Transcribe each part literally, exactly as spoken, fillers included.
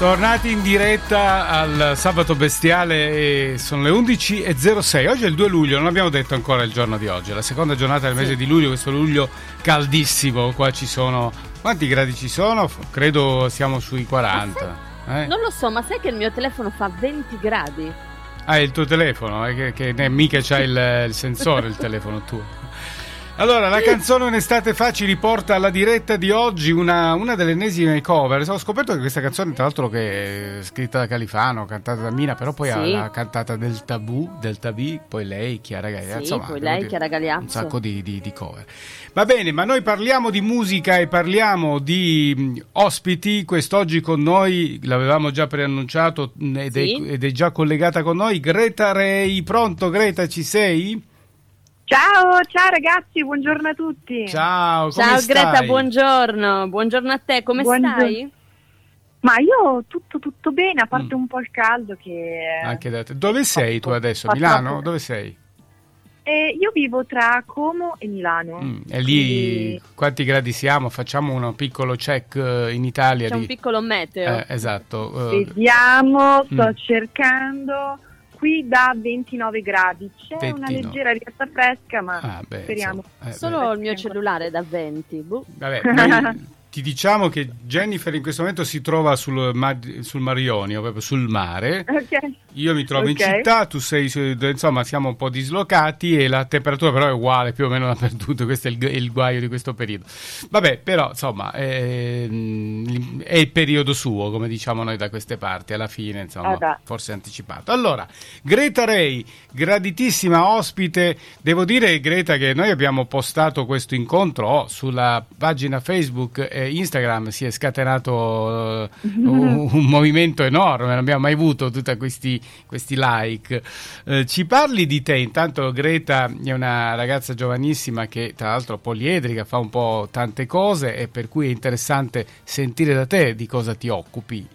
Tornati in diretta al Sabato Bestiale, e sono le undici e zero sei. Oggi è il due luglio, non abbiamo detto ancora il giorno di oggi, è la seconda giornata del mese sì. di luglio, questo luglio caldissimo. Qua ci sono, quanti gradi ci sono? Credo siamo sui quaranta. Eh? Non lo so, ma sai che il mio telefono fa venti gradi? Ah, è il tuo telefono, eh, che, che né, mica c'ha il, il sensore il telefono tuo. Allora, la canzone Un'estate fa ci riporta alla diretta di oggi, una, una delle ennesime cover. Ho scoperto che questa canzone, tra l'altro, che è scritta da Califano, cantata da Mina, però poi sì. ha, ha cantata del Tabù, del Tabì, poi lei, Chiara Gagliazzo. Sì, insomma, poi lei, dire, Chiara Gagliazzo. Un sacco di, di, di cover. Va bene, ma noi parliamo di musica e parliamo di mh, ospiti. Quest'oggi con noi, l'avevamo già preannunciato ed, sì. è, ed è già collegata con noi, Greta Ray. Pronto, Greta, ci sei? Ciao, ciao ragazzi, buongiorno a tutti. Ciao, come ciao stai? Greta, buongiorno, buongiorno a te, come buongiorno. stai? Ma io tutto tutto bene, a parte mm. un po' il caldo che... Anche da te. Dove sei tu adesso? Milano? Troppo. Dove sei? Eh, io vivo tra Como e Milano. Mm. E lì quindi... quanti gradi siamo? Facciamo un piccolo check in Italia. C'è di... un piccolo meteo. Eh, esatto. Vediamo, sto mm. cercando... Qui da ventinove gradi, c'è ventinove. Una leggera riata fresca, ma ah, beh, speriamo. So, eh, Solo beh. il mio cellulare da venti. Buh. Vabbè, noi ti diciamo che Jennifer in questo momento si trova sul, sul Mar Ionio, proprio sul mare. Okay. Io mi trovo okay. in città, tu sei, insomma, siamo un po' dislocati e la temperatura però è uguale più o meno dappertutto. Questo è il, il guaio di questo periodo. Vabbè, però insomma è, è il periodo suo, come diciamo noi da queste parti, alla fine, insomma, ah, forse anticipato. Allora, Greta Ray, graditissima ospite. Devo dire, Greta, che noi abbiamo postato questo incontro oh, sulla pagina Facebook e Instagram, si è scatenato uh, un, un movimento enorme, non abbiamo mai avuto tutti questi, questi like. Uh, ci parli di te? Intanto Greta è una ragazza giovanissima che tra l'altro poliedrica, fa un po' tante cose e per cui è interessante sentire da te di cosa ti occupi.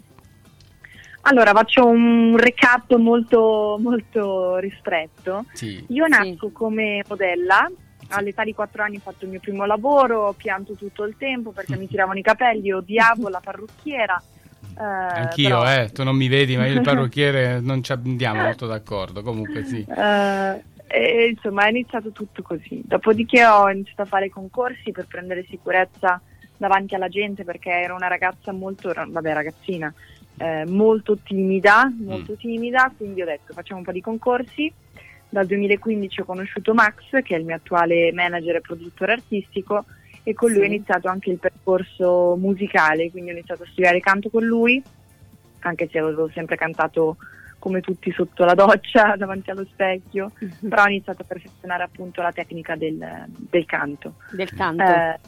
Allora, faccio un recap molto, molto ristretto. Sì. Io nasco sì. come modella. All'età di quattro anni ho fatto il mio primo lavoro, ho pianto tutto il tempo perché mi tiravano i capelli, odiavo la parrucchiera. Eh, Anch'io, però... eh, tu non mi vedi, ma io il parrucchiere non ci andiamo molto d'accordo, comunque sì. Uh, e, insomma, è iniziato tutto così. Dopodiché ho iniziato a fare concorsi per prendere sicurezza davanti alla gente perché ero una ragazza molto, vabbè ragazzina, eh, molto timida, molto mm. timida, quindi ho detto facciamo un po' di concorsi. Dal duemilaquindici ho conosciuto Max, che è il mio attuale manager e produttore artistico, e con lui sì. ho iniziato anche il percorso musicale, quindi ho iniziato a studiare canto con lui, anche se avevo sempre cantato come tutti sotto la doccia, davanti allo specchio, mm-hmm. però ho iniziato a perfezionare appunto la tecnica del, del canto. Del canto? Eh,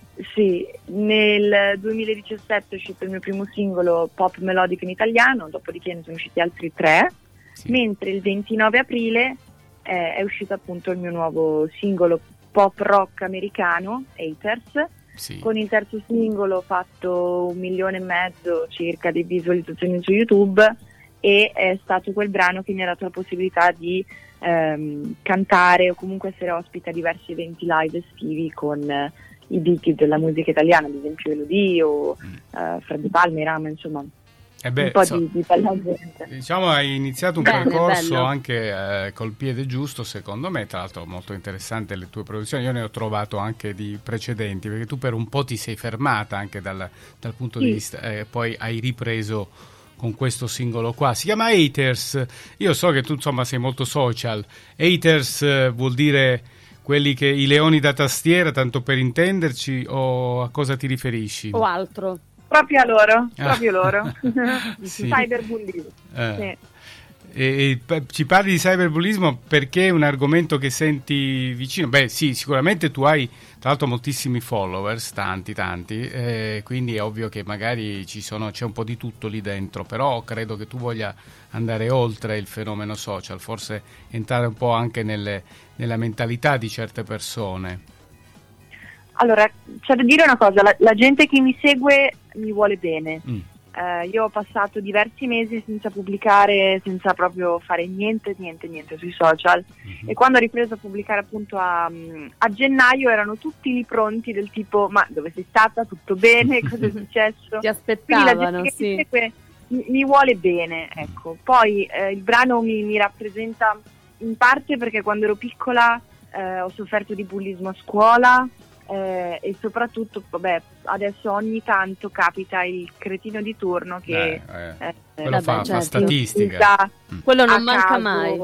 sì, nel duemiladiciassette è uscito il mio primo singolo pop melodico in italiano, dopodiché ne sono usciti altri tre, sì. mentre il ventinove aprile eh, è uscito appunto il mio nuovo singolo pop rock americano, Haters, sì. con il terzo singolo ho fatto un milione e mezzo circa di visualizzazioni su YouTube e è stato quel brano che mi ha dato la possibilità di ehm, cantare o comunque essere ospite a diversi eventi live estivi con eh, i big della musica italiana, ad esempio Elodie o mm. eh, Freddy Palmer, Rama, insomma. Eh beh, un po' so, di, di bella gente. Diciamo hai iniziato un Bene, percorso bello. anche eh, col piede giusto, secondo me, tra l'altro molto interessante le tue produzioni. Io ne ho trovato anche di precedenti, perché tu per un po' ti sei fermata anche dal, dal punto sì. di vista eh, poi hai ripreso con questo singolo qua, si chiama Haters. Io so che tu insomma sei molto social. Haters eh, vuol dire quelli che i leoni da tastiera, tanto per intenderci, o a cosa ti riferisci? O altro? Proprio a loro, proprio loro. Sì. Cyberbullismo. Eh. Sì. E, e, ci parli di cyberbullismo perché è un argomento che senti vicino? Beh sì, sicuramente tu hai tra l'altro moltissimi followers, tanti tanti, eh, quindi è ovvio che magari ci sono, c'è un po' di tutto lì dentro, però credo che tu voglia andare oltre il fenomeno social, forse entrare un po' anche nelle, nella mentalità di certe persone. Allora, c'è da dire una cosa, la, la gente che mi segue mi vuole bene. Mm. Eh, io ho passato diversi mesi senza pubblicare, senza proprio fare niente, niente, niente sui social. Mm-hmm. E quando ho ripreso a pubblicare appunto a, a gennaio erano tutti lì pronti del tipo: ma dove sei stata? Tutto bene? Cosa è successo? Ti aspettavano, quindi la gente sì. che mi segue mi, mi vuole bene, ecco. Poi eh, il brano mi, mi rappresenta in parte perché quando ero piccola eh, ho sofferto di bullismo a scuola. Eh, e soprattutto, vabbè, adesso ogni tanto capita il cretino di turno che eh, eh. Eh, quello vabbè, fa, certo. fa statistica. Mm. Quello non a manca caso. mai.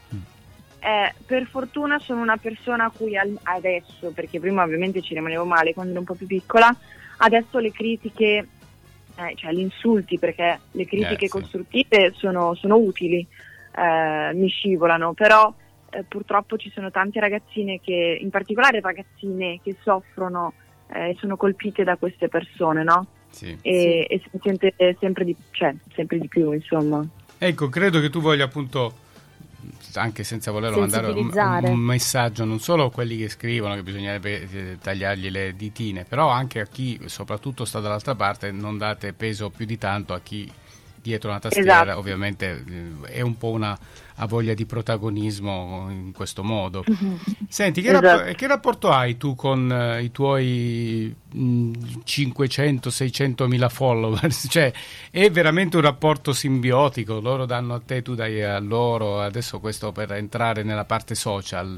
Eh, per fortuna sono una persona a cui al- adesso, perché prima ovviamente ci rimanevo male quando ero un po' più piccola, adesso le critiche, eh, cioè gli insulti, perché le critiche Eh, sì. costruttive sono, sono utili, eh, mi scivolano, però eh, purtroppo ci sono tante ragazzine che, in particolare ragazzine che soffrono e eh, sono colpite da queste persone, no? Sì. E, e si sente sempre di, cioè, sempre di più, insomma. Ecco, credo che tu voglia appunto, anche senza volerlo, mandare un, Sensibilizzare. un messaggio non solo a quelli che scrivono che bisognerebbe eh, tagliargli le ditine, però anche a chi soprattutto sta dall'altra parte. Non date peso più di tanto a chi dietro una tastiera, Esatto. ovviamente eh, è un po' una ha voglia di protagonismo in questo modo. Senti, che, Esatto. rapp- che rapporto hai tu con eh, i tuoi cinquecento seicento mila followers? Cioè, è veramente un rapporto simbiotico? Loro danno a te, tu dai a loro. Adesso questo per entrare nella parte social.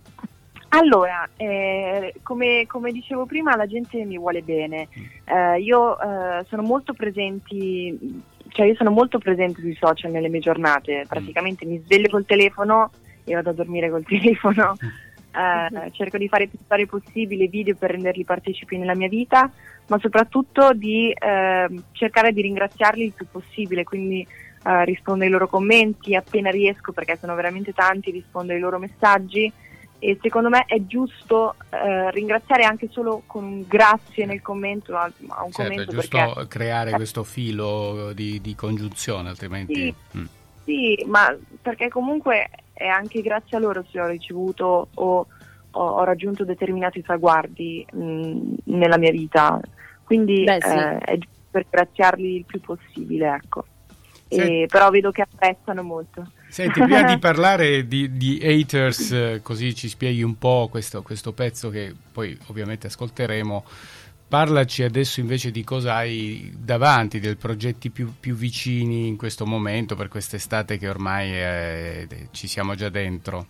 Allora, eh, come, come dicevo prima, la gente mi vuole bene. Eh, io eh, sono molto presenti, cioè io sono molto presente sui social nelle mie giornate. Praticamente mi sveglio col telefono e vado a dormire col telefono. Eh, cerco di fare più storie possibili, video per renderli partecipi nella mia vita, ma soprattutto di eh, cercare di ringraziarli il più possibile, quindi eh, rispondo ai loro commenti appena riesco, perché sono veramente tanti, rispondo ai loro messaggi. E secondo me è giusto eh, ringraziare anche solo con un grazie nel commento, a, a un Certo, commento, è giusto perché creare questo filo di, di congiunzione, altrimenti sì, mm. sì, ma perché comunque è anche grazie a loro se ho ricevuto o ho, ho raggiunto determinati traguardi mh, nella mia vita, quindi Beh, sì. eh, è giusto per ringraziarli il più possibile, ecco. Sì. E, però vedo che apprezzano molto. Senti, prima di parlare di, di haters, eh, così ci spieghi un po' questo, questo pezzo che poi ovviamente ascolteremo, parlaci adesso invece di cosa hai davanti, dei progetti più, più vicini in questo momento, per quest'estate che ormai eh, ci siamo già dentro.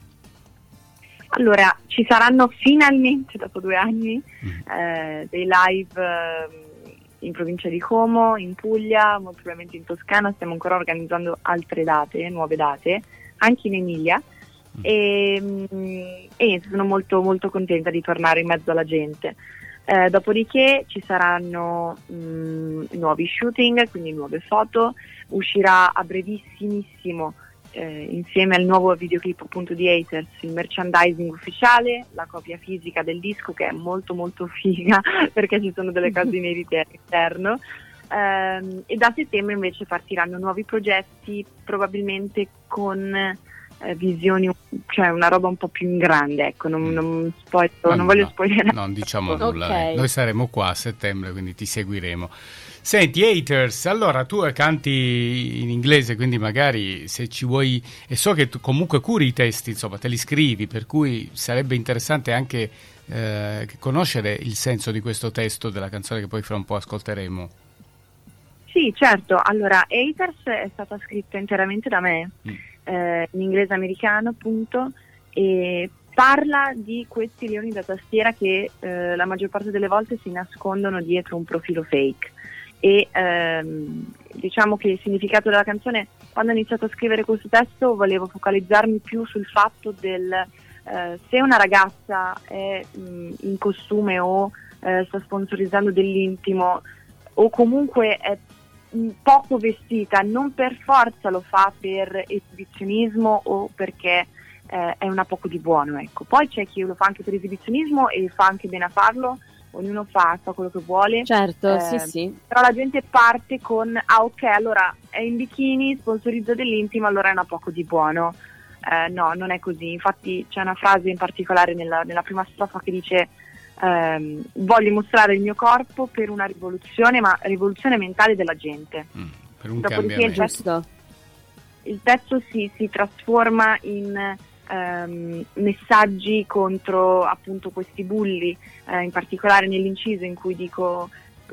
Allora, ci saranno finalmente, dopo due anni, Mm. eh, dei live eh, in provincia di Como, in Puglia, molto probabilmente in Toscana. Stiamo ancora organizzando altre date, nuove date, anche in Emilia. Mm. E, mm, e sono molto, molto contenta di tornare in mezzo alla gente. Eh, dopodiché ci saranno mm, nuovi shooting, quindi nuove foto. Uscirà a brevissimissimo, eh, insieme al nuovo videoclip appunto di Haters, il merchandising ufficiale, la copia fisica del disco, che è molto molto figa perché ci sono delle cose inedite all'interno. Ehm, e da settembre invece partiranno nuovi progetti, probabilmente con eh, visioni, cioè una roba un po' più in grande, ecco. Non, non, spoil- Ma non voglio no, spoilerare. non diciamo Ok. nulla, eh. Noi saremo qua a settembre, quindi ti seguiremo. Senti, Haters, allora tu canti in inglese, quindi magari se ci vuoi, e so che tu comunque curi i testi, insomma, te li scrivi, per cui sarebbe interessante anche eh, conoscere il senso di questo testo della canzone che poi fra un po' ascolteremo. Sì, certo. Allora, Haters è stata scritta interamente da me, Mm. eh, in inglese americano, appunto, e parla di questi leoni da tastiera che eh, la maggior parte delle volte si nascondono dietro un profilo fake. E ehm, diciamo che il significato della canzone, quando ho iniziato a scrivere questo testo, volevo focalizzarmi più sul fatto del eh, se una ragazza è mh, in costume o eh, sta sponsorizzando dell'intimo o comunque è mh, poco vestita, non per forza lo fa per esibizionismo o perché eh, è una poco di buono, ecco. Poi c'è chi lo fa anche per esibizionismo e fa anche bene a farlo. Ognuno fa, fa quello che vuole. Certo, Eh, sì, sì. Però la gente parte con, ah ok, allora è in bikini, sponsorizza dell'intimo, allora è una poco di buono. Eh, no, non è così. Infatti c'è una frase in particolare nella, nella prima strofa che dice ehm, voglio mostrare il mio corpo per una rivoluzione, ma rivoluzione mentale della gente. Mm, per un Dopodiché il cambiamento. testo, Giusto. il testo si, si trasforma in ehm, messaggi contro appunto questi bulli, eh, in particolare nell'inciso in cui dico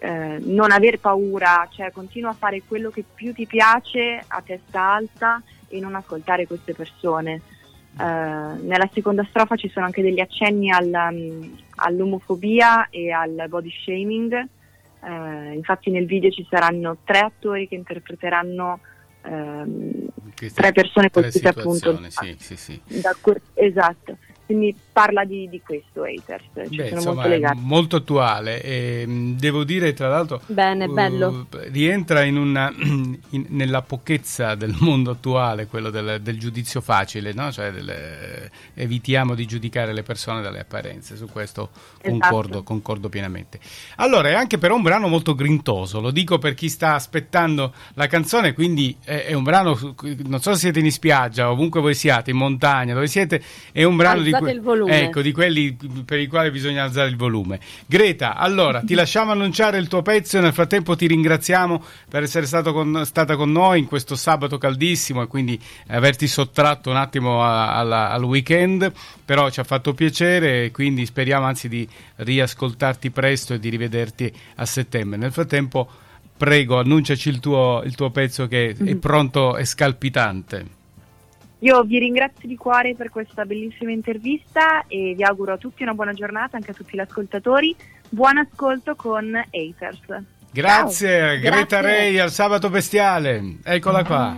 eh, non aver paura, cioè continua a fare quello che più ti piace a testa alta e non ascoltare queste persone. Eh, nella seconda strofa ci sono anche degli accenni al, um, all'omofobia e al body shaming. Eh, infatti nel video ci saranno tre attori che interpreteranno ehm, tre persone colpite appunto sì, sì, sì. Da, esatto, quindi parla di, di questo Haters. Ci Beh, sono insomma, molto legati. Molto attuale e devo dire tra l'altro bene, uh, bello. rientra in una in, nella pochezza del mondo attuale, quello del, del giudizio facile, no? Cioè delle, evitiamo di giudicare le persone dalle apparenze, su questo concordo, esatto. concordo pienamente. Allora è anche però un brano molto grintoso, lo dico per chi sta aspettando la canzone, quindi è, è un brano, non so se siete in spiaggia, ovunque voi siate, in montagna, dove siete, è un brano Alzate di, que- il volume. ecco, di quelli per i quali bisogna alzare il volume. Greta, allora ti lasciamo annunciare il tuo pezzo e nel frattempo ti ringraziamo per essere stato con, stata con noi in questo sabato caldissimo e quindi averti sottratto un attimo a, a, al weekend, però ci ha fatto piacere e quindi speriamo anzi di riascoltarti presto e di rivederti a settembre. Nel frattempo prego, annunciaci il tuo, il tuo pezzo che è pronto e scalpitante. Io vi ringrazio di cuore per questa bellissima intervista e vi auguro a tutti una buona giornata, anche a tutti gli ascoltatori. Buon ascolto con Haters. Grazie, Ciao. Greta Grazie. Ray al Sabato Bestiale. Eccola qua.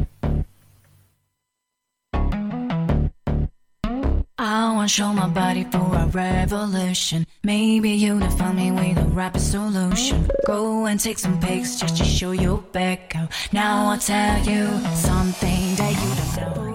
I wanna show my body for a revolution. Maybe you'd have found me with a rapid solution. Go and take some pics just to show your back out. Now I'll tell you something that you don't know.